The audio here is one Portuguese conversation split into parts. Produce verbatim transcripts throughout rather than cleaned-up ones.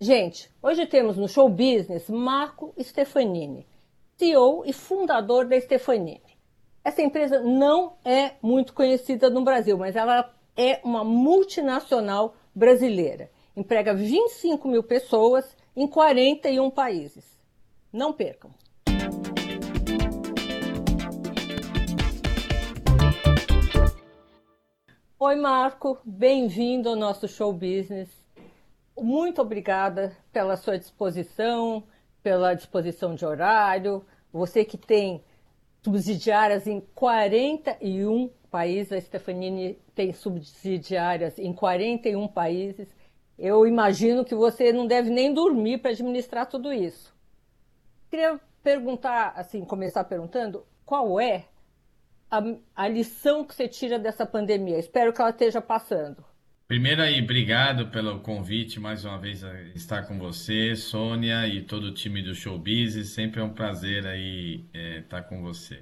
Gente, hoje temos no Show Business Marco Stefanini, C E O e fundador da Stefanini. Essa empresa não é muito conhecida no Brasil, mas ela é uma multinacional brasileira. Emprega vinte e cinco mil pessoas em quarenta e um países. Não percam! Oi, Marco, bem-vindo ao nosso Show Business. Muito obrigada pela sua disposição, pela disposição de horário. Você que tem subsidiárias em quarenta e um países, a Stefanini tem subsidiárias em quarenta e um países. Eu imagino que você não deve nem dormir para administrar tudo isso. Queria perguntar, assim, começar perguntando, qual é a, a lição que você tira dessa pandemia? Espero que ela esteja passando. Primeiro aí, obrigado pelo convite mais uma vez a estar com você, Sônia, e todo o time do Showbiz. Sempre é um prazer aí é, estar com você.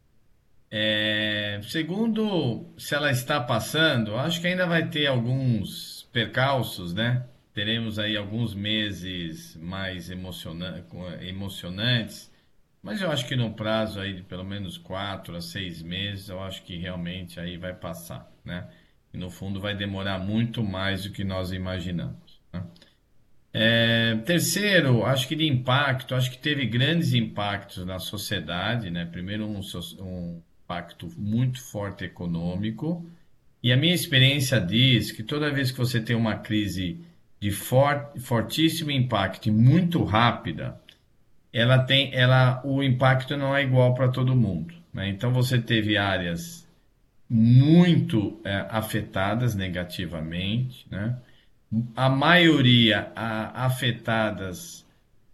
É, segundo, se ela está passando, acho que ainda vai ter alguns percalços, né? Teremos aí alguns meses mais emociona- com- emocionantes, mas eu acho que no prazo aí de pelo menos quatro a seis meses, eu acho que realmente aí vai passar, né? E no fundo vai demorar muito mais do que nós imaginamos, né? É, terceiro, acho que de impacto, acho que teve grandes impactos na sociedade, né? Primeiro, um, so- um impacto muito forte econômico, e a minha experiência diz que toda vez que você tem uma crise de for- fortíssimo impacto e muito rápida, ela tem, ela, o impacto não é igual para todo mundo, né? Então você teve áreas muito é, afetadas negativamente, né? A maioria a- afetadas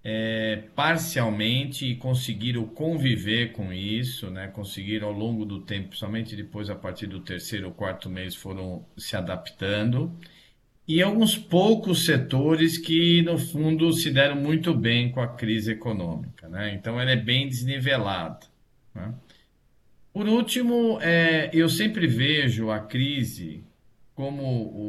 é, parcialmente e conseguiram conviver com isso, né? Conseguiram ao longo do tempo, principalmente depois a partir do terceiro ou quarto mês, foram se adaptando. E alguns poucos setores que, no fundo, se deram muito bem com a crise econômica, né? Então, ela é bem desnivelada, né? Por último, é, eu sempre vejo a crise como,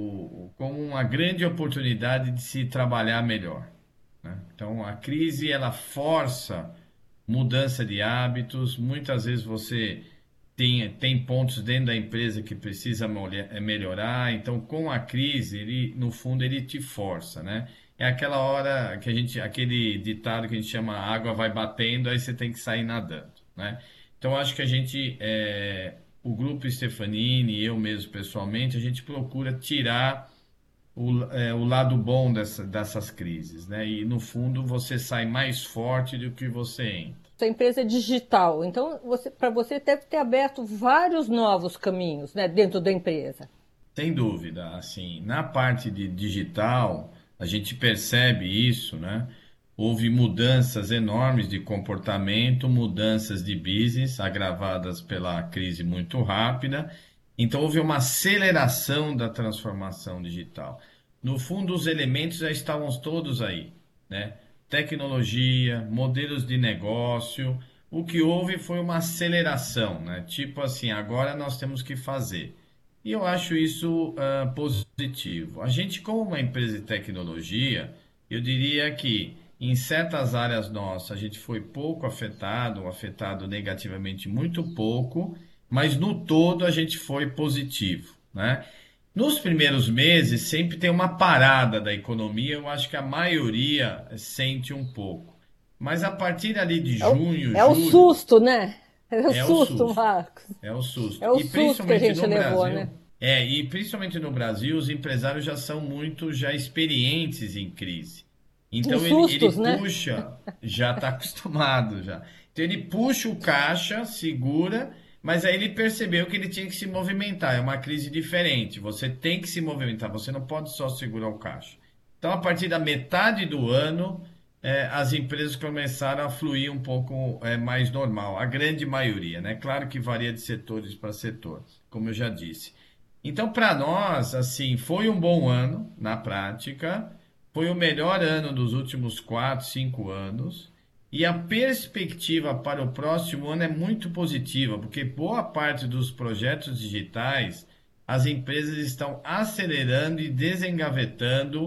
o- como uma grande oportunidade de se trabalhar melhor, né? Então, a crise ela força mudança de hábitos. Muitas vezes você tem, tem pontos dentro da empresa que precisa molhe- eh, melhorar. Então, com a crise, ele, no fundo, ele te força, né? É aquela hora que a gente, aquele ditado que a gente chama água vai batendo, aí você tem que sair nadando, né? Então, acho que a gente, é, o grupo Stefanini, eu mesmo pessoalmente, a gente procura tirar o, é, o lado bom dessa, dessas crises, né? E no fundo você sai mais forte do que você entra. Sua empresa é digital, então você, para você deve ter aberto vários novos caminhos, né, dentro da empresa. Sem dúvida, assim, na parte de digital, a gente percebe isso, né? Houve mudanças enormes de comportamento, mudanças de business agravadas pela crise muito rápida. Então, houve uma aceleração da transformação digital. No fundo, os elementos já estavam todos aí, né? Tecnologia, modelos de negócio. O que houve foi uma aceleração, né? Tipo assim, agora nós temos que fazer. E eu acho isso ah, positivo. A gente, como uma empresa de tecnologia, eu diria que em certas áreas nossas a gente foi pouco afetado, afetado negativamente muito pouco, mas no todo a gente foi positivo, né? Nos primeiros meses sempre tem uma parada da economia, eu acho que a maioria sente um pouco. Mas a partir ali de É o, junho, é o julho, susto, né? É o é o susto, susto. Marcos. É o susto. É o E susto que a principalmente gente no levou, né? Brasil, é, e principalmente no Brasil, os empresários já são muito já experientes em crise. Em Então ele, ele sustos, né? puxa, já está acostumado já. Então ele puxa o caixa, segura, mas aí ele percebeu que ele tinha que se movimentar. É uma crise diferente. Você tem que se movimentar, você não pode só segurar o caixa. Então, a partir da metade do ano, é, as empresas começaram a fluir um pouco é, mais normal, a grande maioria, né? Claro que varia de setores para setores, como eu já disse. Então, para nós, assim, foi um bom ano na prática, foi o melhor ano dos últimos quatro, cinco anos, e a perspectiva para o próximo ano é muito positiva, porque boa parte dos projetos digitais as empresas estão acelerando e desengavetando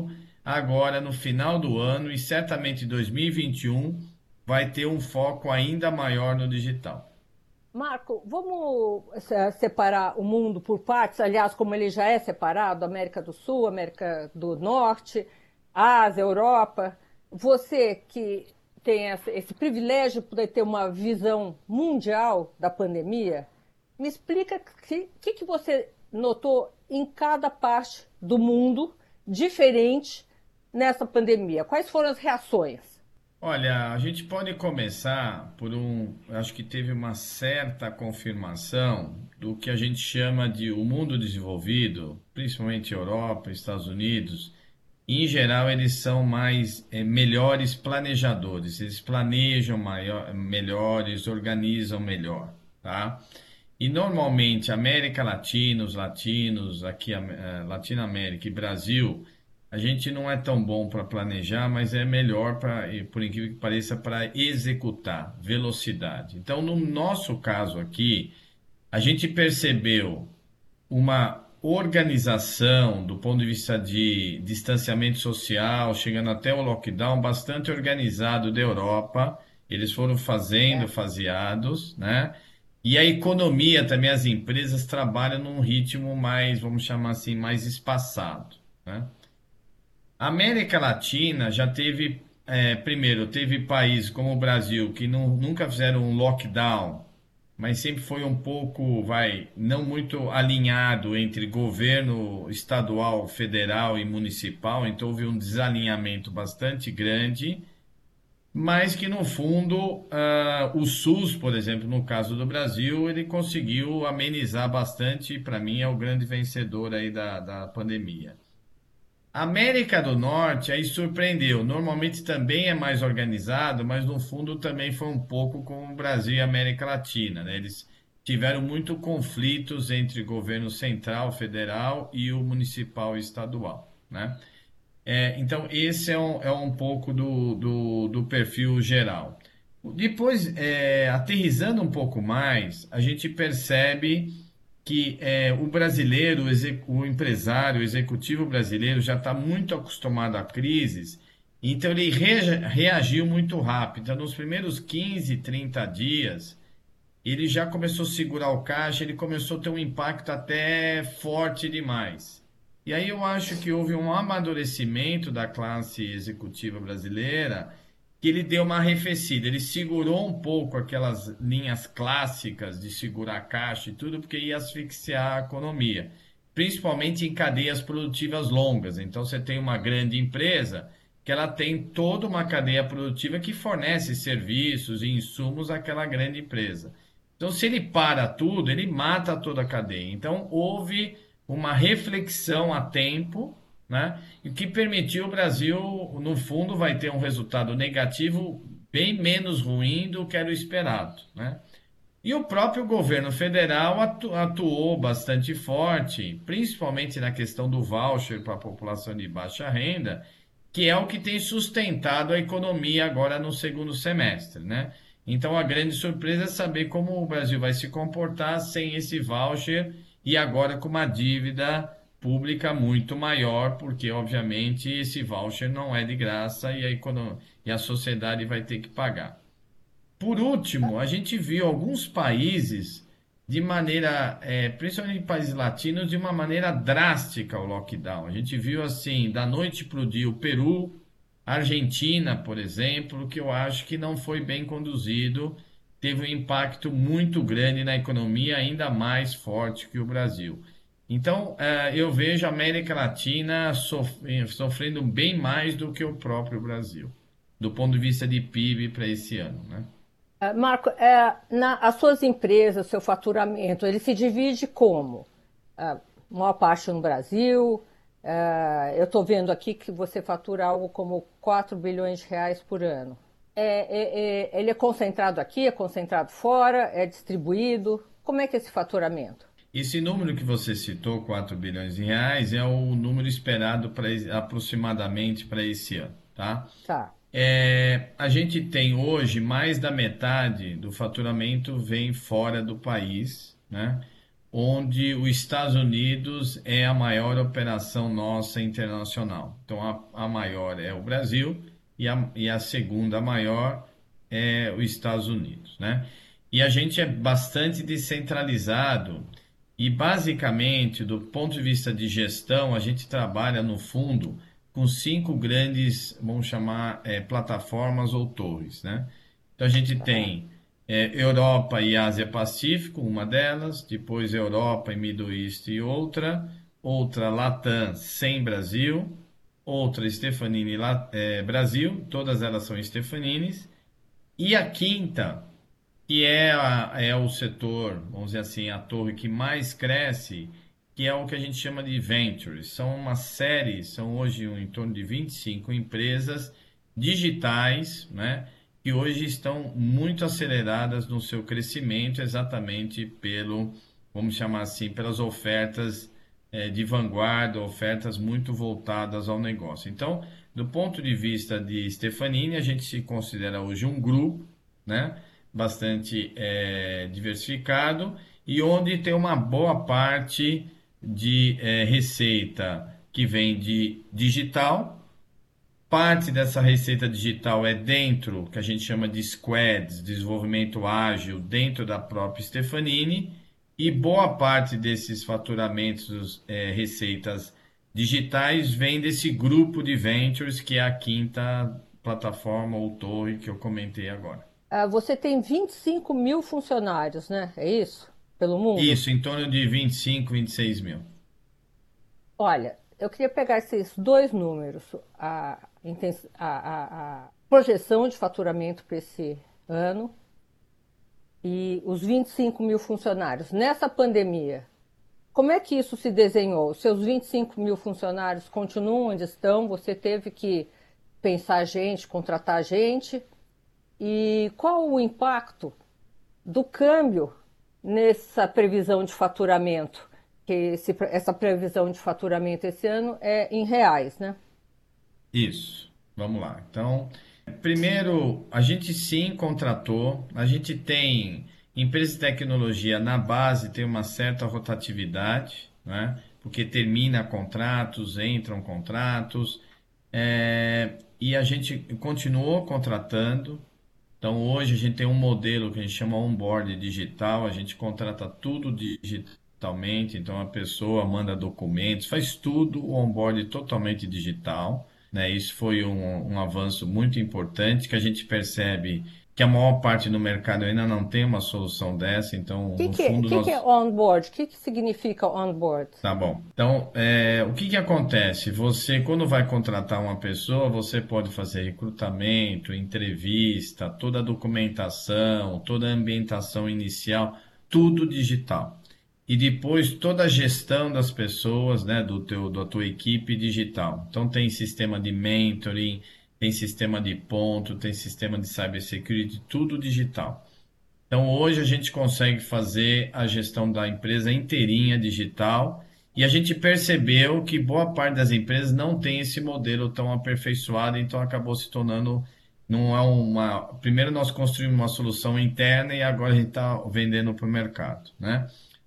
agora no final do ano e certamente em dois mil e vinte e um vai ter um foco ainda maior no digital. Marco, vamos eh, separar o mundo por partes, aliás, como ele já é separado, América do Sul, América do Norte, Ásia, Europa. Você que tem esse esse privilégio de poder ter uma visão mundial da pandemia, me explica o que, que que você notou em cada parte do mundo diferente nessa pandemia. Quais foram as reações? Olha, a gente pode começar por um. Acho que teve uma certa confirmação do que a gente chama de o mundo desenvolvido, principalmente Europa, Estados Unidos. Em geral, eles são mais eh, melhores planejadores. Eles planejam maior, melhores, organizam melhor, tá? E normalmente América Latina, os latinos, aqui eh, Latinoamérica e Brasil, a gente não é tão bom para planejar, mas é melhor para, por incrível que pareça, para executar, velocidade. Então, no nosso caso aqui, a gente percebeu uma organização do ponto de vista de distanciamento social, chegando até o lockdown, bastante organizado da Europa. Eles foram fazendo, É. faseados, né? E a economia também, as empresas trabalham num ritmo mais, vamos chamar assim, mais espaçado, né? A América Latina já teve, é, primeiro, teve países como o Brasil que não- nunca fizeram um lockdown, mas sempre foi um pouco, vai, não muito alinhado entre governo estadual, federal e municipal, então houve um desalinhamento bastante grande, mas que no fundo, ah, o SUS, por exemplo, no caso do Brasil, ele conseguiu amenizar bastante, e para mim é o grande vencedor aí da, da pandemia. América do Norte aí surpreendeu. Normalmente também é mais organizado, mas no fundo também foi um pouco como o Brasil e a América Latina, né? Eles tiveram muito conflitos entre governo central, federal e o municipal e estadual, né? É, então esse é um, é um pouco do, do, do perfil geral. Depois, é, aterrissando um pouco mais, a gente percebe que é, o brasileiro, o, exec- o empresário, o executivo brasileiro já está muito acostumado a crises, então ele rea- reagiu muito rápido. Então, nos primeiros quinze, trinta dias, ele já começou a segurar o caixa, ele começou a ter um impacto até forte demais. E aí eu acho que houve um amadurecimento da classe executiva brasileira, que ele deu uma arrefecida, ele segurou um pouco aquelas linhas clássicas de segurar a caixa e tudo, porque ia asfixiar a economia, principalmente em cadeias produtivas longas. Então você tem uma grande empresa que ela tem toda uma cadeia produtiva que fornece serviços e insumos àquela grande empresa. Então, se ele para tudo, ele mata toda a cadeia. Então, houve uma reflexão a tempo, né? E o que permitiu o Brasil, no fundo, vai ter um resultado negativo bem menos ruim do que era o esperado, né? E o próprio governo federal atu- atuou bastante forte, principalmente na questão do voucher para a população de baixa renda, que é o que tem sustentado a economia agora no segundo semestre, né? Então a grande surpresa é saber como o Brasil vai se comportar sem esse voucher e agora com uma dívida pública muito maior, porque obviamente esse voucher não é de graça e a econo- e a sociedade vai ter que pagar. Por último, a gente viu alguns países de maneira, é, principalmente países latinos, de uma maneira drástica o lockdown. A gente viu assim, da noite para o dia, o Peru, Argentina, por exemplo, que eu acho que não foi bem conduzido, teve um impacto muito grande na economia, ainda mais forte que o Brasil. Então, eh, eu vejo a América Latina sof- eh, sofrendo bem mais do que o próprio Brasil, do ponto de vista de P I B para esse ano, né? Ah, Marco, é, na, as suas empresas, seu faturamento, ele se divide como? Ah, maior parte no Brasil. Ah, eu estou vendo aqui que você fatura algo como quatro bilhões de reais por ano. É, é- é- ele é concentrado aqui, é concentrado fora, é distribuído? Como é que é esse faturamento? Esse número que você citou, quatro bilhões de reais, é o número esperado para aproximadamente para esse ano, tá? Tá. É, a gente tem hoje mais da metade do faturamento vem fora do país, né? onde os Estados Unidos é a maior operação nossa internacional. Então, a, a maior é o Brasil e a, e a segunda maior é os Estados Unidos, né? E a gente é bastante descentralizado e, basicamente, do ponto de vista de gestão, a gente trabalha, no fundo, com cinco grandes, vamos chamar, é, plataformas ou torres, né? Então, a gente tem é, Europa e Ásia-Pacífico, uma delas, depois Europa e Middle East e outra, outra Latam sem Brasil, outra Stefanini La- é, Brasil, todas elas são Stefanines, e a quinta, que é, a- é o setor, vamos dizer assim, a torre que mais cresce, que é o que a gente chama de ventures. São uma série, são hoje um, em torno de vinte e cinco empresas digitais, né, que hoje estão muito aceleradas no seu crescimento, exatamente pelo, vamos chamar assim, pelas ofertas eh, de vanguarda, ofertas muito voltadas ao negócio. Então, do ponto de vista de Stefanini, a gente se considera hoje um grupo, né? Bastante eh, diversificado e onde tem uma boa parte de eh, receita que vem de digital. Parte dessa receita digital é dentro, que a gente chama de squads, desenvolvimento ágil, dentro da própria Stefanini, e boa parte desses faturamentos, eh, receitas digitais, vem desse grupo de ventures, que é a quinta plataforma ou torre que eu comentei agora. Ah, você tem vinte e cinco mil funcionários, né? É isso? Pelo mundo? Isso, em torno de vinte e cinco, vinte e seis mil. Olha, eu queria pegar esses dois números, a, intens- a, a- a projeção de faturamento para esse ano e os vinte e cinco mil funcionários. Nessa pandemia, como é que isso se desenhou? Os seus vinte e cinco mil funcionários continuam onde estão? Você teve que pensar gente, contratar gente? E qual o impacto do câmbio nessa previsão de faturamento? Que esse- essa previsão de faturamento esse ano é em reais, né? Isso, vamos lá. Então, primeiro, a gente sim contratou, a gente tem empresa de tecnologia na base, tem uma certa rotatividade, né? Porque termina contratos, entram contratos, é, e a gente continuou contratando. Então, hoje a gente tem um modelo que a gente chama onboard digital, a gente contrata tudo digitalmente, então a pessoa manda documentos, faz tudo o onboard totalmente digital, né? Isso foi um, um avanço muito importante que a gente percebe que a maior parte do mercado ainda não tem uma solução dessa, O então, que no que, é- fundo, que que é nós. onboard? O que que significa onboard? Tá bom. Então, é, o que que acontece? Você, quando vai contratar uma pessoa, você pode fazer recrutamento, entrevista, toda a documentação, toda a ambientação inicial, tudo digital. E depois toda a gestão das pessoas, né, do teu, da tua equipe digital. Então, tem sistema de mentoring, tem sistema de ponto, tem sistema de cybersecurity, tudo digital. Então, hoje a gente consegue fazer a gestão da empresa inteirinha digital e a gente percebeu que boa parte das empresas não tem esse modelo tão aperfeiçoado, então acabou se tornando, não é uma. Primeiro nós construímos uma solução interna e agora a gente está vendendo para o mercado, né?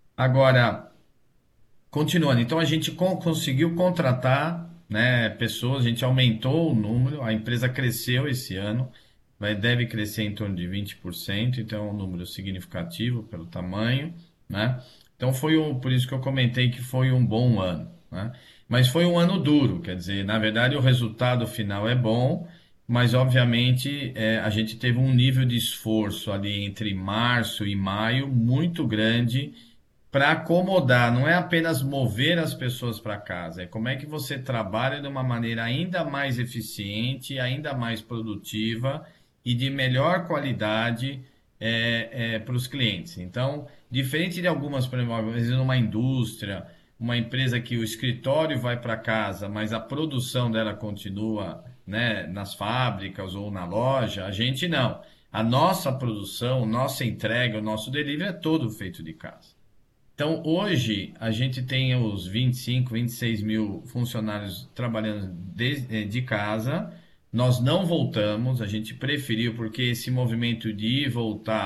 Agora, continuando, então a gente con- conseguiu contratar, né, pessoas, a gente aumentou o número, a empresa cresceu esse ano, vai, deve crescer em torno de vinte por cento, então é um número significativo pelo tamanho, né? Então foi um, por isso que eu comentei que foi um bom ano, né? Mas foi um ano duro, quer dizer, na verdade o resultado final é bom, mas obviamente é, a gente teve um nível de esforço ali entre março e maio muito grande para acomodar, não é apenas mover as pessoas para casa, é como é que você trabalha de uma maneira ainda mais eficiente, ainda mais produtiva e de melhor qualidade é, é, para os clientes. Então, diferente de algumas, por exemplo, às vezes numa indústria, uma empresa que o escritório vai para casa, mas a produção dela continua, né, nas fábricas ou na loja, a gente não. A nossa produção, nossa entrega, o nosso delivery é todo feito de casa. Então, hoje, a gente tem os vinte e cinco, vinte e seis mil funcionários trabalhando de, eh, de casa. Nós não voltamos, a gente preferiu, porque esse movimento de ir e voltar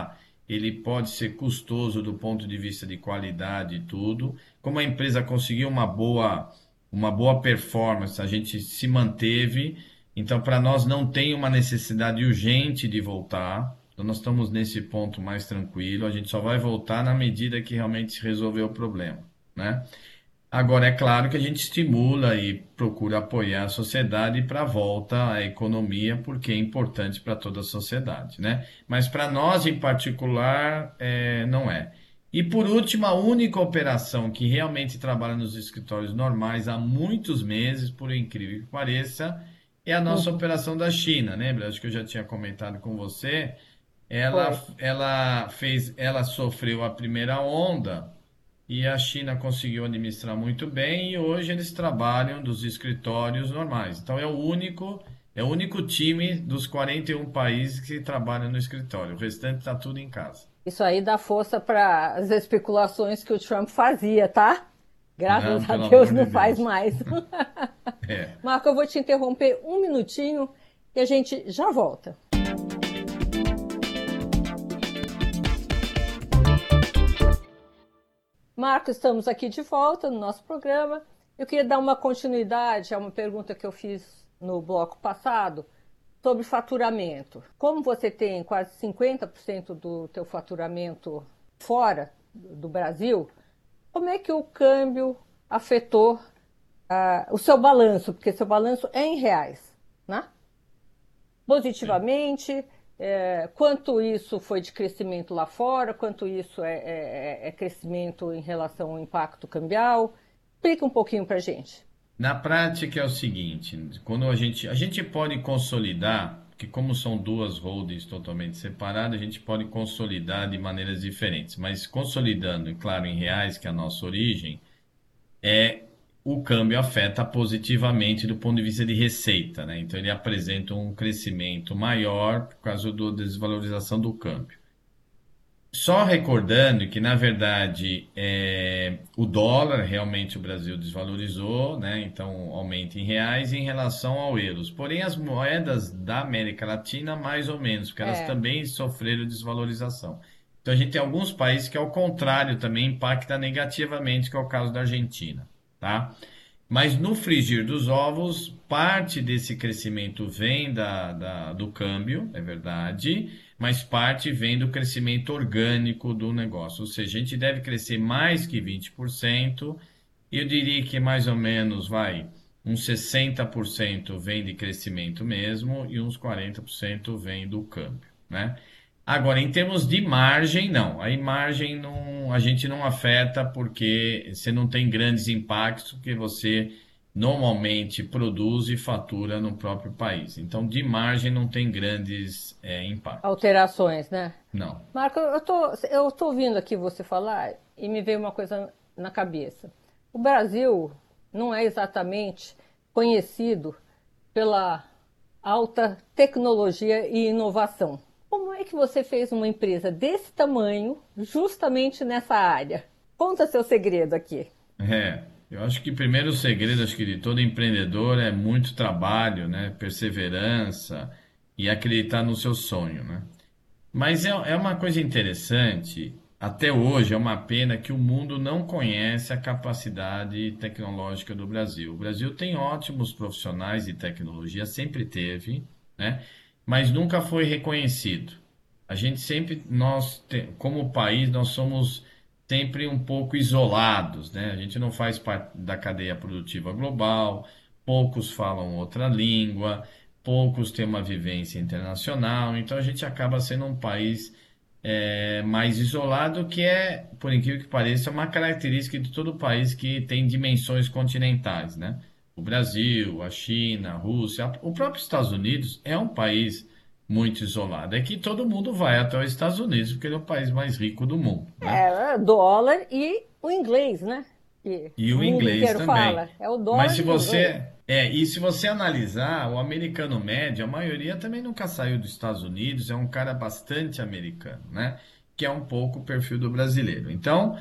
ele pode ser custoso do ponto de vista de qualidade e tudo. Como a empresa conseguiu uma boa, uma boa performance, a gente se manteve. Então, para nós não tem uma necessidade urgente de voltar. Então, nós estamos nesse ponto mais tranquilo. A gente só vai voltar na medida que realmente se resolver o problema, né? Agora, é claro que a gente estimula e procura apoiar a sociedade para a volta à economia, porque é importante para toda a sociedade, né? Mas para nós, em particular, é, não é. E por último, a única operação que realmente trabalha nos escritórios normais há muitos meses, por incrível que pareça, é a nossa Uhum, operação da China. Lembra? Acho que eu já tinha comentado com você. Ela, foi. ela fez, ela sofreu a primeira onda. E a China conseguiu administrar muito bem e hoje eles trabalham dos escritórios normais. Então é o único, é o único time dos quarenta e um países que trabalham no escritório. O restante está tudo em casa. Isso aí dá força para as especulações que o Trump fazia, tá? Não, Graças a pelo Deus amor de não faz Deus. mais. É. Marco, eu vou te interromper um minutinho e a gente já volta. Marco, estamos aqui de volta no nosso programa. Eu queria dar uma continuidade a uma pergunta que eu fiz no bloco passado sobre faturamento. Como você tem quase cinquenta por cento do teu faturamento fora do Brasil, como é que o câmbio afetou ah, o seu balanço? Porque seu balanço é em reais, né? Positivamente, é, quanto isso foi de crescimento lá fora, quanto isso é, é- é crescimento em relação ao impacto cambial. Explica um pouquinho para gente. Na prática é o seguinte, quando a gente, a gente pode consolidar, que como são duas holdings totalmente separadas, a gente pode consolidar de maneiras diferentes, mas consolidando, claro, em reais, que é a nossa origem, é o câmbio afeta positivamente do ponto de vista de receita, né? Então ele apresenta um crescimento maior por causa da desvalorização do câmbio. Só recordando que, na verdade, é, o dólar, realmente o Brasil desvalorizou, né? Então aumenta em reais em relação ao euros. Porém, as moedas da América Latina, mais ou menos, porque elas É, também sofreram desvalorização. Então a gente tem alguns países que, ao contrário, também impacta negativamente, que é o caso da Argentina, tá? Mas no frigir dos ovos, parte desse crescimento vem da, da- do câmbio, é verdade, mas parte vem do crescimento orgânico do negócio. Ou seja, a gente deve crescer mais que vinte por cento, e eu diria que mais ou menos vai, uns sessenta por cento vem de crescimento mesmo e uns quarenta por cento vem do câmbio, né? Agora, em termos de margem, não. A margem não, a gente não afeta porque você não tem grandes impactos que você normalmente produz e fatura no próprio país. Então, de margem não tem grandes é, impactos. alterações, né? Não. Marco, eu tô, eu tô ouvindo aqui você falar e me veio uma coisa na cabeça. O Brasil não é exatamente conhecido pela alta tecnologia e inovação. Como é que você fez uma empresa desse tamanho justamente nessa área? Conta seu segredo aqui. É, eu acho que primeiro o segredo, acho que de todo empreendedor é muito trabalho, né? Perseverança e acreditar no seu sonho, né? Mas é, é uma coisa interessante, até hoje é uma pena que o mundo não conhece a capacidade tecnológica do Brasil. O Brasil tem ótimos profissionais de tecnologia, sempre teve, né? Mas nunca foi reconhecido. A gente sempre, nós, te- como país, nós somos sempre um pouco isolados, né? A gente não faz parte da cadeia produtiva global, poucos falam outra língua, poucos têm uma vivência internacional, então a gente acaba sendo um país é, mais isolado, que é, por incrível que pareça, uma característica de todo país que tem dimensões continentais, né? O Brasil, a China, a Rússia, o próprio Estados Unidos é um país muito isolado. É que todo mundo vai até os Estados Unidos, porque ele é o país mais rico do mundo, né? É, dólar e o inglês, né? Que E o o mundo inglês inteiro também. fala. É o Mas dólar se e o inglês. você é, e se você analisar, o americano médio, a maioria também nunca saiu dos Estados Unidos, é um cara bastante americano, né? Que é um pouco o perfil do brasileiro. Então,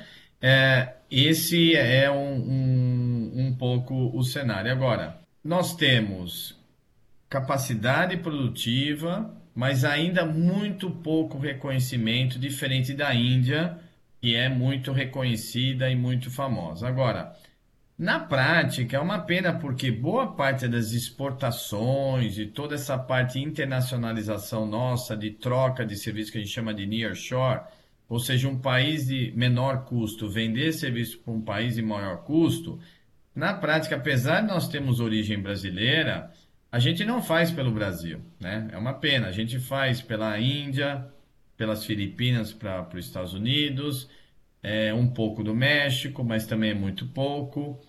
é, esse é um, um, um pouco o cenário. Agora, nós temos capacidade produtiva, mas ainda muito pouco reconhecimento, diferente da Índia, que é muito reconhecida e muito famosa. Agora, na prática, é uma pena porque boa parte das exportações e toda essa parte de internacionalização nossa, de troca de serviços que a gente chama de nearshore, ou seja, um país de menor custo vender serviço para um país de maior custo, na prática, apesar de nós termos origem brasileira, a gente não faz pelo Brasil, né? É uma pena. A gente faz pela Índia, pelas Filipinas para os Estados Unidos, é, um pouco do México, mas também é muito pouco.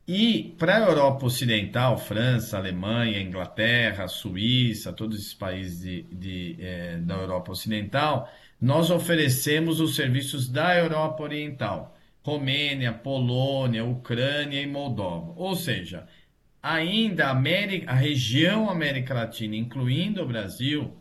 E para a Europa Ocidental, França, Alemanha, Inglaterra, Suíça, todos esses países de, de, eh, da Europa Ocidental, nós oferecemos os serviços da Europa Oriental, Romênia, Polônia, Ucrânia e Moldova. Ou seja, ainda a, América, a região América Latina, incluindo o Brasil,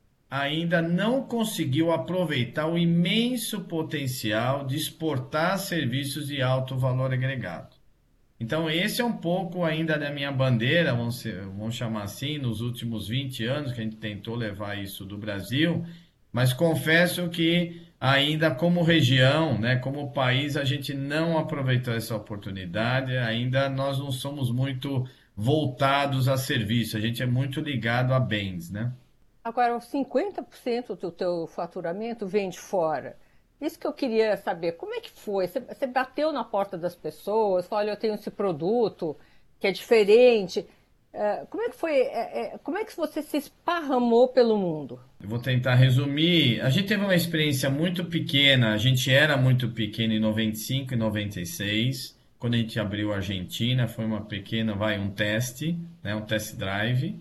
ainda não conseguiu aproveitar o imenso potencial de exportar serviços de alto valor agregado. Então, esse é um pouco ainda da minha bandeira, vamos, ser- vamos chamar assim, nos últimos vinte anos que a gente tentou levar isso do Brasil, mas confesso que ainda como região, né, como país, a gente não aproveitou essa oportunidade, ainda nós não somos muito voltados a serviço, a gente é muito ligado a bens, né? Agora, os cinquenta por cento do teu faturamento vem de fora. Isso que eu queria saber, como é que foi? Você, você bateu na porta das pessoas, falou, olha, eu tenho esse produto que é diferente. Eh, como é que foi? eh, eh, como é que você se esparramou pelo mundo? Eu vou tentar resumir. A gente teve uma experiência muito pequena. A gente era muito pequeno em noventa e cinco e noventa e seis, quando a gente abriu a Argentina. Foi uma pequena, vai, um teste, né, um test drive.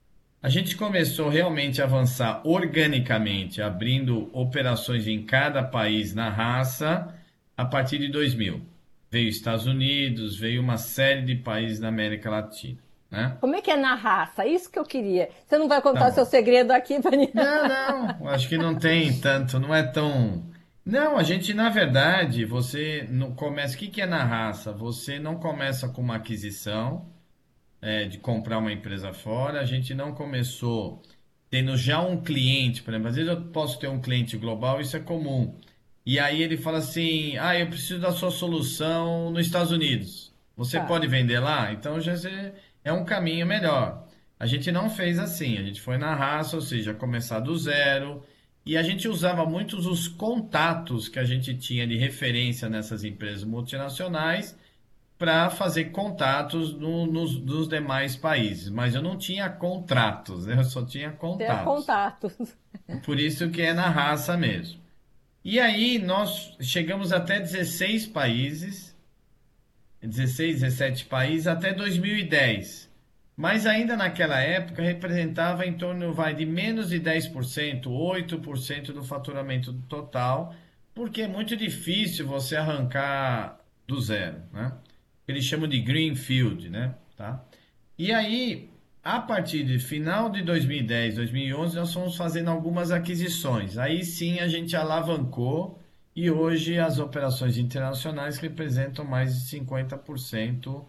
A gente começou realmente a avançar organicamente, abrindo operações em cada país na raça a partir de dois mil. Veio Estados Unidos, veio uma série de países da América Latina, né? Como é que é na raça? Isso que eu queria. Você não vai Tá contar seu bom. segredo aqui para ninguém. Não, não, acho que não tem tanto, não é tão. Não, a gente, na verdade, você não começa. O que que é na raça? Você não começa com uma aquisição, é, de comprar uma empresa fora, a gente não começou tendo já um cliente, por exemplo, às vezes eu posso ter um cliente global, isso é comum. E aí ele fala assim: ah, eu preciso da sua solução nos Estados Unidos. Você Tá. pode vender lá? Então já se- é um caminho melhor. A gente não fez assim, a gente foi na raça, ou seja, começar do zero. E a gente usava muitos os contatos que a gente tinha de referência nessas empresas multinacionais para fazer contatos no- nos, nos demais países. Mas eu não tinha contratos, né? Eu só tinha Ter contatos. contatos. Por isso que é na raça mesmo. E aí nós chegamos até dezesseis países, dezesseis, dezessete países até dois mil e dez. Mas ainda naquela época representava em torno, vai, de menos de dez por cento, oito por cento do faturamento total, porque é muito difícil você arrancar do zero, né? Eles chamam de greenfield, né? Tá? E aí, a partir de final de dois mil e dez, dois mil e onze, nós fomos fazendo algumas aquisições. Aí sim a gente alavancou e hoje as operações internacionais representam mais de cinquenta por cento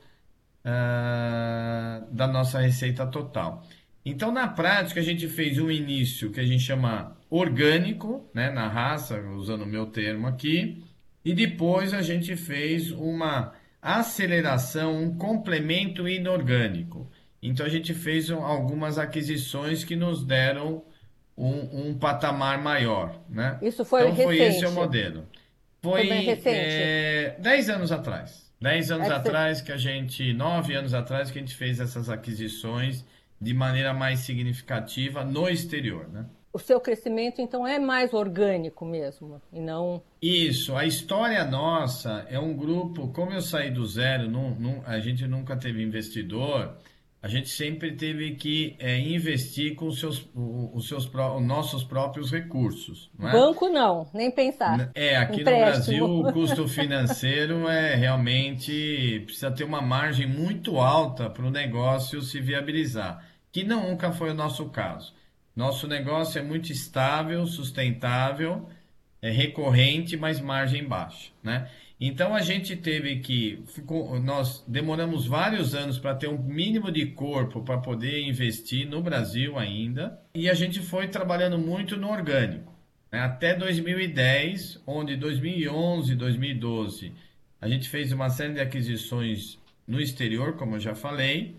ah, da nossa receita total. Então, na prática, a gente fez um início que a gente chama orgânico, né, na raça, usando o meu termo aqui, e depois a gente fez uma aceleração, um complemento inorgânico. Então, a gente fez um- algumas aquisições que nos deram um, um patamar maior, né? Isso foi Então, foi esse o recente. modelo. Foi bem Foi recente. é, dez anos atrás. Dez anos É que você- atrás que a gente, nove anos atrás que a gente fez essas aquisições de maneira mais significativa no exterior, né? o seu crescimento, então, é mais orgânico mesmo, e não. Isso, a história nossa é um grupo, como eu saí do zero, não, não- a gente nunca teve investidor, a gente sempre teve que é, investir com os seus, o- os seus, pró- os nossos próprios recursos, não é? Banco não, nem pensar. N- É, aqui no Brasil Empréstimo. o custo financeiro é realmente precisa ter uma margem muito alta para o negócio se viabilizar, que não nunca foi o nosso caso. Nosso negócio é muito estável, sustentável, é recorrente, mas margem baixa, né? Então a gente teve que, ficou- nós demoramos vários anos para ter um mínimo de corpo para poder investir no Brasil ainda, e a gente foi trabalhando muito no orgânico, né? Até dois mil e dez, onde dois mil e onze, dois mil e doze, a gente fez uma série de aquisições no exterior, como eu já falei,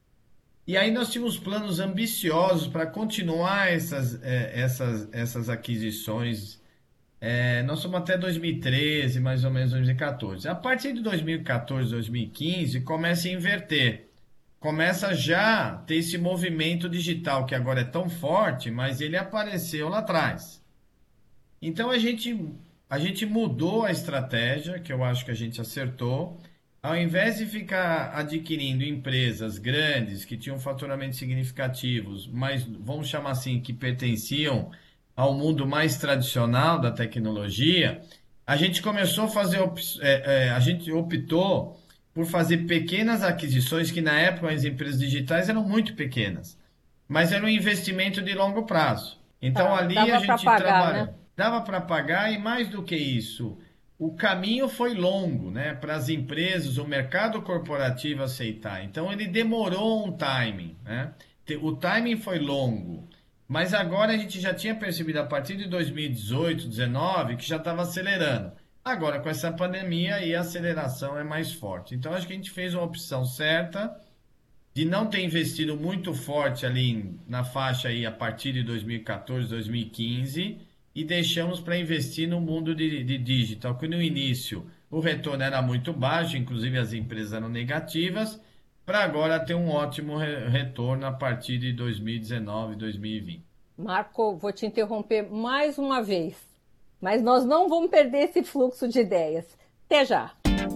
e aí nós tínhamos planos ambiciosos para continuar essas, eh, essas, essas aquisições. É, nós somos até dois mil e treze, mais ou menos dois mil e quatorze. A partir de dois mil e quatorze, dois mil e quinze, começa a inverter. Começa já a ter esse movimento digital que agora é tão forte, mas ele apareceu lá atrás. Então a gente, a gente mudou a estratégia, que eu acho que a gente acertou. Ao invés de ficar adquirindo empresas grandes que tinham faturamentos significativos, mas vamos chamar assim, que pertenciam ao mundo mais tradicional da tecnologia, a gente começou a fazer, op- é, é, a gente optou por fazer pequenas aquisições que na época as empresas digitais eram muito pequenas, mas era um investimento de longo prazo. Então Tá, ali a dava para gente pagar, né? trabalhou, dava para pagar e mais do que isso, o caminho foi longo, né, para as empresas, o mercado corporativo aceitar. Então ele demorou um timing, né? Te- O timing foi longo. Mas agora a gente já tinha percebido a partir de dois mil e dezoito, dezenove, que já estava acelerando. Agora, com essa pandemia, aí a aceleração é mais forte. Então, acho que a gente fez uma opção certa de não ter investido muito forte ali em- na faixa aí a partir de dois mil e quatorze, dois mil e quinze e deixamos para investir no mundo de, de digital, que no início o retorno era muito baixo, inclusive as empresas eram negativas, para agora ter um ótimo re- retorno a partir de dois mil e dezenove, dois mil e vinte. Marco, vou te interromper mais uma vez, mas nós não vamos perder esse fluxo de ideias. Até já.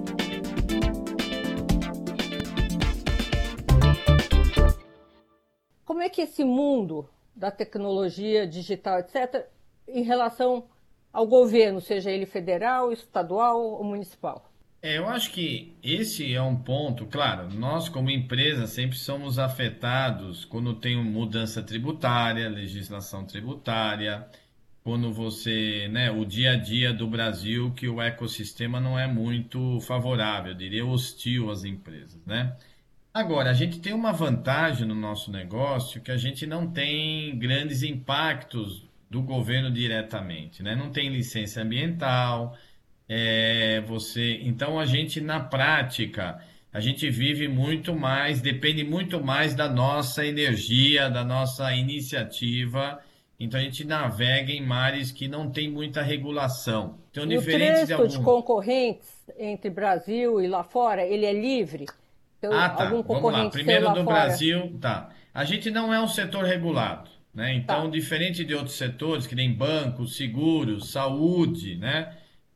Como é que esse mundo da tecnologia digital, etcétera, em relação ao governo, seja ele federal, estadual ou municipal? É, eu acho que esse é um ponto, claro, nós como empresa sempre somos afetados quando tem uma mudança tributária, legislação tributária, quando você, né, o dia a dia do Brasil, que o ecossistema não é muito favorável, eu diria hostil às empresas, né? Agora, a gente tem uma vantagem no nosso negócio que a gente não tem grandes impactos do governo diretamente, né? Não tem licença ambiental, é, você, então a gente na prática, a gente vive muito mais, depende muito mais da nossa energia, da nossa iniciativa. Então a gente navega em mares que não tem muita regulação. Então, E o diferente de trânsito de alguns. concorrentes entre Brasil e lá fora, ele é livre? Então, Ah, algum tá. Vamos lá. concorrente seu Primeiro lá do fora? Brasil, tá. A gente não é um setor regulado, né? Então, Tá. diferente de outros setores, que nem bancos, seguros, saúde, né?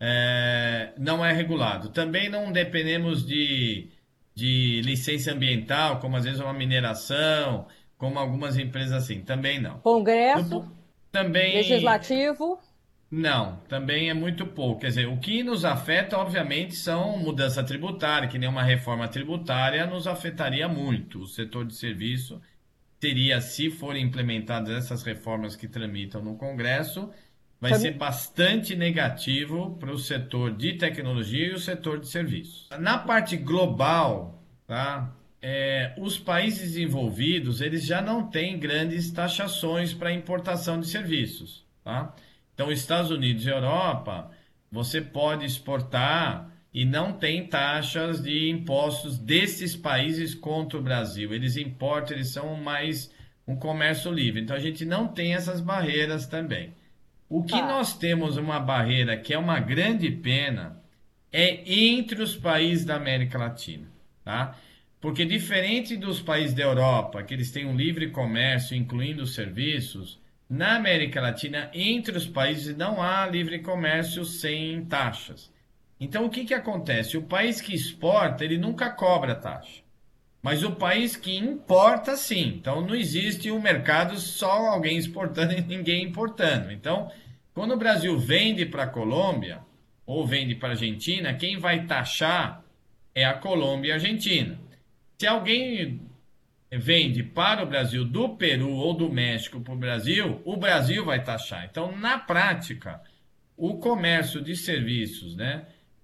É, não é regulado. Também não dependemos de, de licença ambiental, como às vezes uma mineração, como algumas empresas assim. Também não. Do Congresso, po- também legislativo, não, também é muito pouco. Quer dizer, o que nos afeta, obviamente, são mudança tributária, que nem uma reforma tributária nos afetaria muito. O setor de serviço teria, se forem implementadas essas reformas que tramitam no Congresso, vai ser tam- bastante negativo para o setor de tecnologia e o setor de serviços. Na parte global, tá? É, os países desenvolvidos, eles já não têm grandes taxações para importação de serviços, tá? Então, Estados Unidos e Europa, você pode exportar e não tem taxas de impostos desses países contra o Brasil. Eles importam, eles são mais um comércio livre. Então, a gente não tem essas barreiras também. O que tá. nós temos uma barreira que é uma grande pena é entre os países da América Latina, tá? Porque diferente dos países da Europa, que eles têm um livre comércio, incluindo os serviços, na América Latina, entre os países não há livre comércio sem taxas. Então, o que que acontece? O país que exporta, ele nunca cobra taxa. Mas o país que importa, sim. Então, não existe um mercado só alguém exportando e ninguém importando. Então, quando o Brasil vende para a Colômbia ou vende para a Argentina, quem vai taxar é a Colômbia e a Argentina. Se alguém vende para o Brasil do Peru ou do México para o Brasil, o Brasil vai taxar. Então, na prática, o comércio de serviços, né,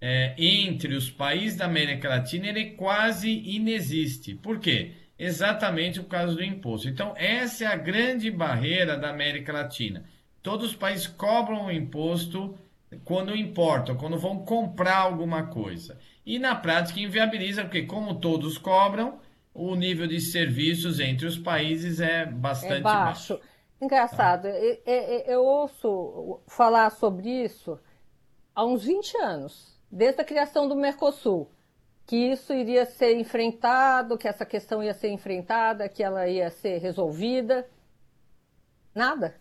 é, entre os países da América Latina, ele quase inexiste. Por quê? Exatamente por causa do imposto. Então, essa é a grande barreira da América Latina. Todos os países cobram o imposto quando importam, quando vão comprar alguma coisa. E na prática inviabiliza, porque como todos cobram, o nível de serviços entre os países é É bastante baixo. baixo. Tá? Engraçado, e- e- e- eu ouço falar sobre isso há uns vinte anos, desde a criação do Mercosul, que isso iria ser enfrentado, que essa questão ia ser enfrentada, que ela ia ser resolvida. Nada.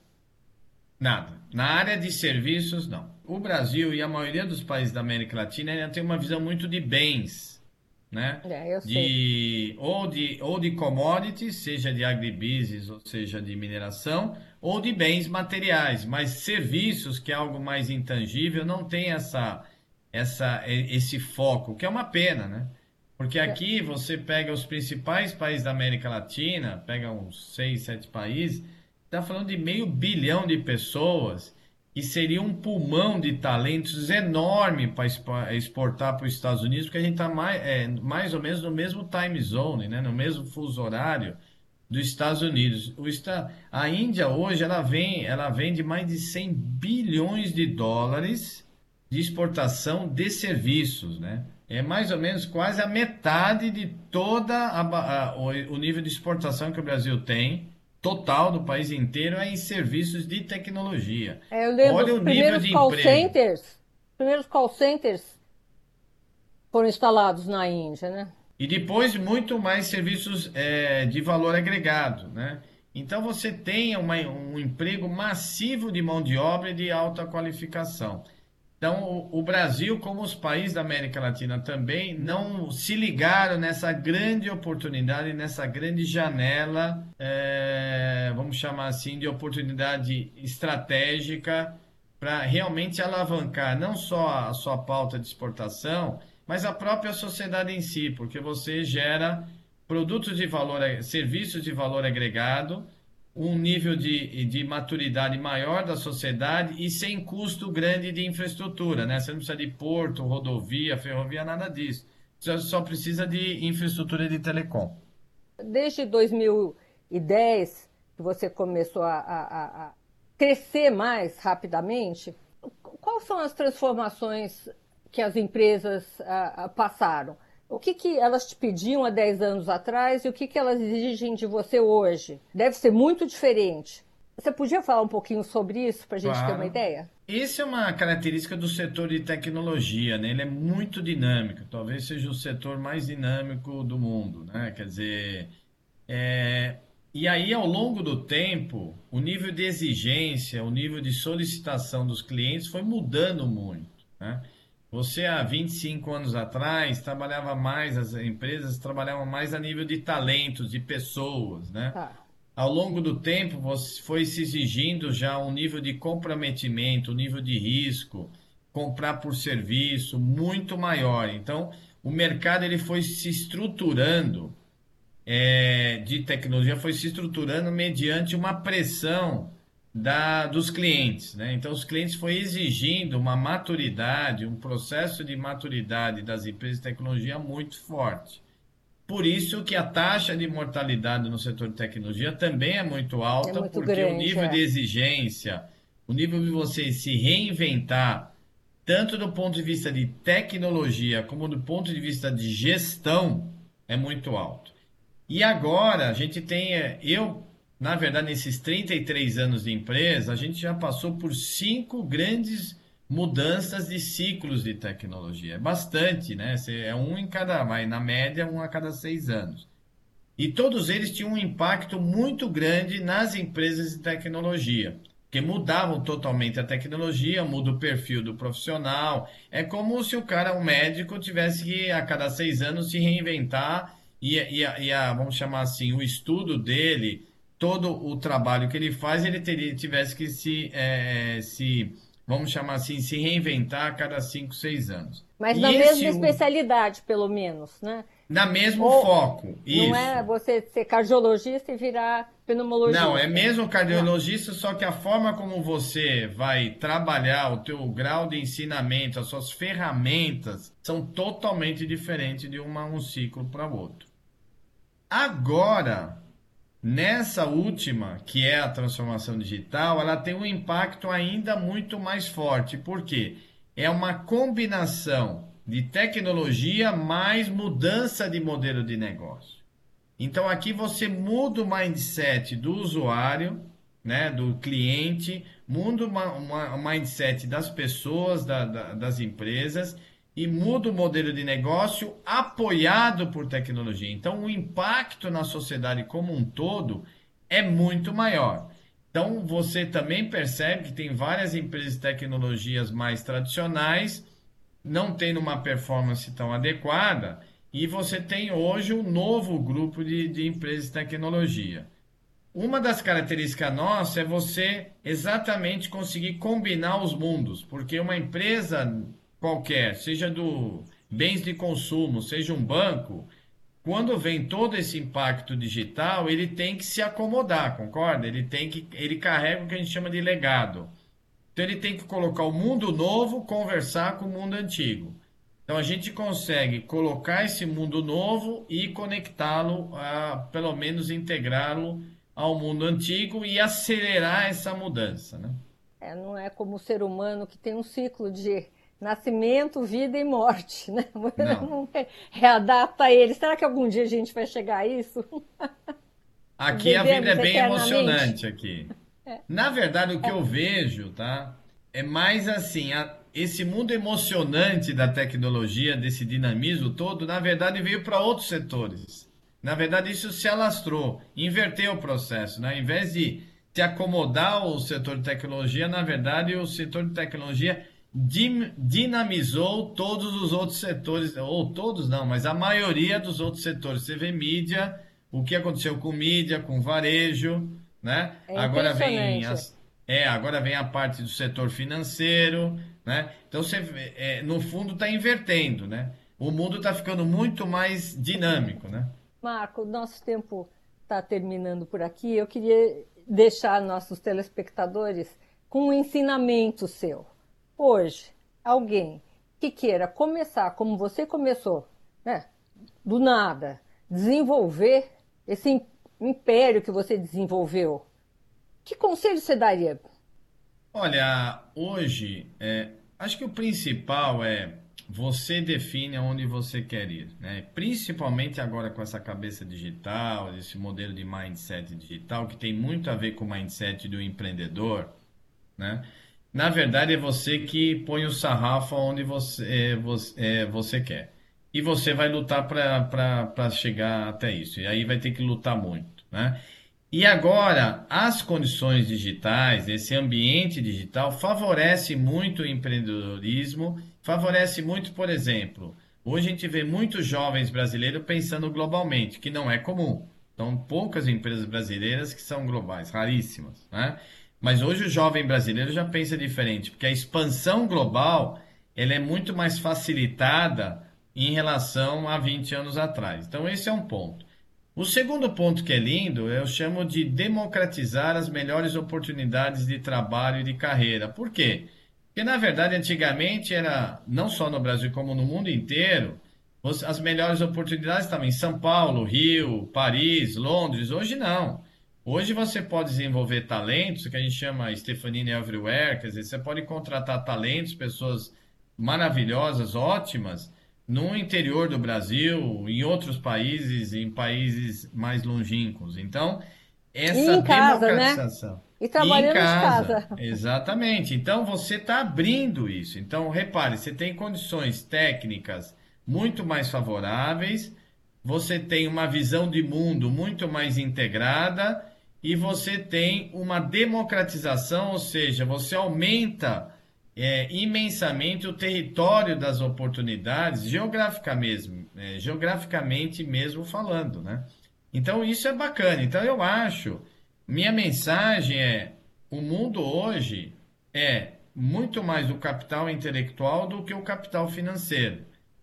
Nada. Na área de serviços, não. O Brasil e a maioria dos países da América Latina ainda tem uma visão muito de bens, né? É, eu sei. De, ou de, ou de commodities, seja de agribusiness, ou seja de mineração, ou de bens materiais. Mas serviços, que é algo mais intangível, não tem essa, essa, esse foco, que é uma pena, né? Porque É, aqui você pega os principais países da América Latina, pega uns seis, sete países, está falando de meio bilhão de pessoas e seria um pulmão de talentos enorme para exportar para os Estados Unidos, porque a gente está mais, é, mais ou menos no mesmo time zone, né? No mesmo fuso horário dos Estados Unidos. O esta, a Índia hoje ela vem, ela vende mais de cem bilhões de dólares de exportação de serviços, né? É mais ou menos quase a metade de toda a, a, o, o nível de exportação que o Brasil tem, total do país inteiro, é em serviços de tecnologia. é, eu lembro, Olha os o nível primeiros de call emprego. centers, os primeiros call centers foram instalados na Índia, né? E depois muito mais serviços é, de valor agregado, né? Então você tem uma, um emprego massivo de mão de obra e de alta qualificação. Então o, o Brasil, como os países da América Latina também, não se ligaram nessa grande oportunidade, nessa grande janela, é, vamos chamar assim, de oportunidade estratégica para realmente alavancar não só a sua pauta de exportação, mas a própria sociedade em si, porque você gera produtos de valor, serviços de valor agregado, um nível de, de maturidade maior da sociedade e sem custo grande de infraestrutura, né? Você não precisa de porto, rodovia, ferrovia, nada disso. Você só precisa de infraestrutura de telecom. Desde dois mil e dez, que você começou a, a- a crescer mais rapidamente, quais são as transformações que as empresas ah, ah, passaram? O que, que elas te pediam há dez anos atrás e o que, que elas exigem de você hoje? Deve ser muito diferente. Você podia falar um pouquinho sobre isso para a gente ter uma Claro. ideia? Essa é uma característica do setor de tecnologia, né? Ele é muito dinâmico, talvez seja o setor mais dinâmico do mundo, né? Quer dizer, é, e aí, ao longo do tempo, o nível de exigência, o nível de solicitação dos clientes foi mudando muito, né? Você, há vinte e cinco anos atrás, trabalhava mais, as empresas trabalhavam mais a nível de talentos, de pessoas, né? Tá. Ao longo do tempo, você foi se exigindo já um nível de comprometimento, um nível de risco, comprar por serviço muito maior. Então, o mercado ele foi se estruturando é, de tecnologia foi se estruturando mediante uma pressão da, dos clientes, né? Então, os clientes foi exigindo uma maturidade, um processo de maturidade das empresas de tecnologia muito forte. Por isso que a taxa de mortalidade no setor de tecnologia também é muito É alta, muito porque o grande, nível de é. exigência, o nível de você se reinventar, tanto do ponto de vista de tecnologia como do ponto de vista de gestão, é muito alto. E agora a gente tem, é, eu, na verdade, nesses trinta e três anos de empresa, a gente já passou por cinco grandes mudanças de ciclos de tecnologia. É bastante, né? Cê- É um em cada, mas na média, um a cada seis anos. E todos eles tinham um impacto muito grande nas empresas de tecnologia, que mudavam totalmente a tecnologia, muda o perfil do profissional. É como se o cara, um médico, tivesse que a cada seis anos se reinventar e, e, a- e a, vamos chamar assim, o estudo dele, todo o trabalho que ele faz, ele teria, tivesse que se, eh, se, vamos chamar assim, se reinventar a cada cinco, seis anos. Mas na E mesma esse, especialidade, pelo menos, né? Na mesmo Ou foco, não é isso. você ser cardiologista e virar Não, é pneumologista? mesmo Não. cardiologista, só que a forma como você vai trabalhar o teu grau de ensinamento, as suas ferramentas, são totalmente diferentes de uma, um ciclo para o outro. Agora, nessa última, que é a transformação digital, ela tem um impacto ainda muito mais forte. Por quê? É uma combinação de tecnologia mais mudança de modelo de negócio. Então aqui você muda o mindset do usuário, né, do cliente, muda uma, uma- o mindset das pessoas, da- da- das empresas e muda o modelo de negócio apoiado por tecnologia. Então o impacto na sociedade como um todo é muito maior. Então você também percebe que tem várias empresas de tecnologias mais tradicionais não tendo uma performance tão adequada, e você tem hoje um novo grupo de, de empresas de tecnologia. Uma das características nossa é você exatamente conseguir combinar os mundos, porque uma empresa qualquer, seja do bens de consumo, seja um banco, quando vem todo esse impacto digital, ele tem que se acomodar, concorda? Ele tem que, ele carrega o que a gente chama de legado. Então ele tem que colocar o mundo novo, conversar com o mundo antigo. Então a gente consegue colocar esse mundo novo e conectá-lo, a, pelo menos integrá-lo ao mundo antigo e acelerar essa mudança, né? É, não é como o ser humano que tem um ciclo de nascimento, vida e morte, né? Não. Não re- readapta ele. Será que algum dia a gente vai chegar a isso? Aqui a vida é Vivemos bem eternamente? emocionante aqui. Na verdade, o que eu vejo, tá? É mais assim, a- esse mundo emocionante da tecnologia, desse dinamismo todo, na verdade veio para outros setores. Na verdade, isso se alastrou, inverteu o processo, né? Ao invés de se acomodar o setor de tecnologia, na verdade, o setor de tecnologia dim- dinamizou todos os outros setores, ou todos não, mas a maioria dos outros setores. Você vê mídia, o que aconteceu com mídia, com varejo, né? É Agora vem impressionante. as, é, agora vem a parte do setor financeiro, né? Então você, vê, é, no fundo, está invertendo, né? O mundo está ficando muito mais dinâmico, né? Marco, nosso tempo está terminando por aqui. Eu queria deixar nossos telespectadores com um ensinamento seu. Hoje, alguém que queira começar como você começou, né? Do nada, desenvolver esse império que você desenvolveu, que conselho você daria? Olha, hoje, é, acho que o principal é você define aonde você quer ir, né? Principalmente agora com essa cabeça digital, esse modelo de mindset digital, que tem muito a ver com o mindset do empreendedor, né? Na verdade, é você que põe o sarrafo onde você, é, você, é, você quer. E você vai lutar para chegar até isso. E aí vai ter que lutar muito, né? E agora, as condições digitais, esse ambiente digital, favorece muito o empreendedorismo, favorece muito, por exemplo, hoje a gente vê muitos jovens brasileiros pensando globalmente, que não é comum. São poucas empresas brasileiras que são globais, raríssimas, né? Mas hoje o jovem brasileiro já pensa diferente, porque a expansão global, ela é muito mais facilitada em relação a vinte anos atrás. Então esse é um ponto. O segundo ponto que é lindo, eu chamo de democratizar as melhores oportunidades de trabalho e de carreira. Por quê? Porque, na verdade, antigamente era, não só no Brasil como no mundo inteiro, os- as melhores oportunidades estavam em São Paulo, Rio, Paris, Londres. Hoje não. Hoje você pode desenvolver talentos, que a gente chama Stefanini Everywhere, quer dizer, você pode contratar talentos, pessoas maravilhosas, ótimas, no interior do Brasil, em outros países, em países mais longínquos. Então, E essa em casa, né? democratização. E E em trabalhando de casa, casa. exatamente. Então, você está abrindo isso. Então, repare, você tem condições técnicas muito mais favoráveis, você tem uma visão de mundo muito mais integrada e você tem uma democratização, ou seja, você aumenta é, imensamente o território das oportunidades, geográfica mesmo, é, geograficamente mesmo falando, né? Então isso é bacana. Então eu acho, minha mensagem é, o mundo hoje é muito mais o capital intelectual do que o capital financeiro.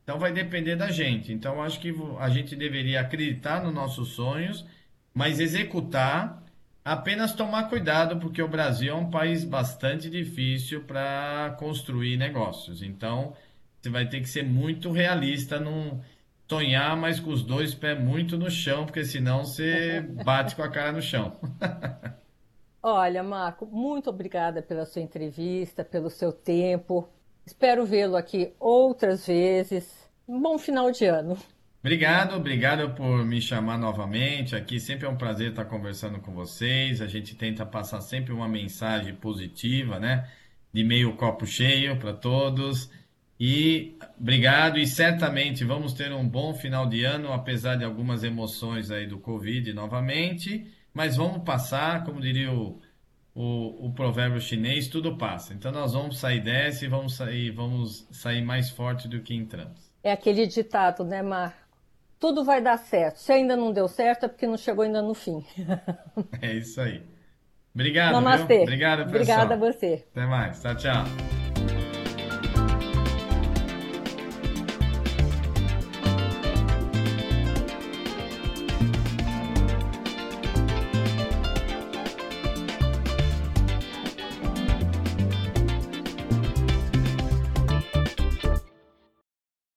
Então vai depender da gente. Então eu acho que vo- a gente deveria acreditar nos nossos sonhos, mas executar, apenas tomar cuidado, porque o Brasil é um país bastante difícil para construir negócios. Então você vai ter que ser muito realista, não sonhar, mas com os dois pés muito no chão, porque senão você bate com a cara no chão. Olha, Marco, muito obrigada pela sua entrevista, pelo seu tempo. Espero vê-lo aqui outras vezes. Um bom final de ano. Obrigado, obrigado por me chamar novamente. Aqui sempre é um prazer estar conversando com vocês. A gente tenta passar sempre uma mensagem positiva, né? De meio copo cheio para todos. E obrigado, e certamente vamos ter um bom final de ano, apesar de algumas emoções aí do Covid novamente. Mas vamos passar, como diria o, o, o provérbio chinês, tudo passa. Então nós vamos sair dessa e vamos sair, vamos sair mais forte do que entramos. É aquele ditado, né, Marco? Tudo vai dar certo. Se ainda não deu certo, é porque não chegou ainda no fim. É isso aí. Obrigado, viu? Namastê. Obrigado, Obrigada a pessoal. você. Até mais. Tchau, tchau.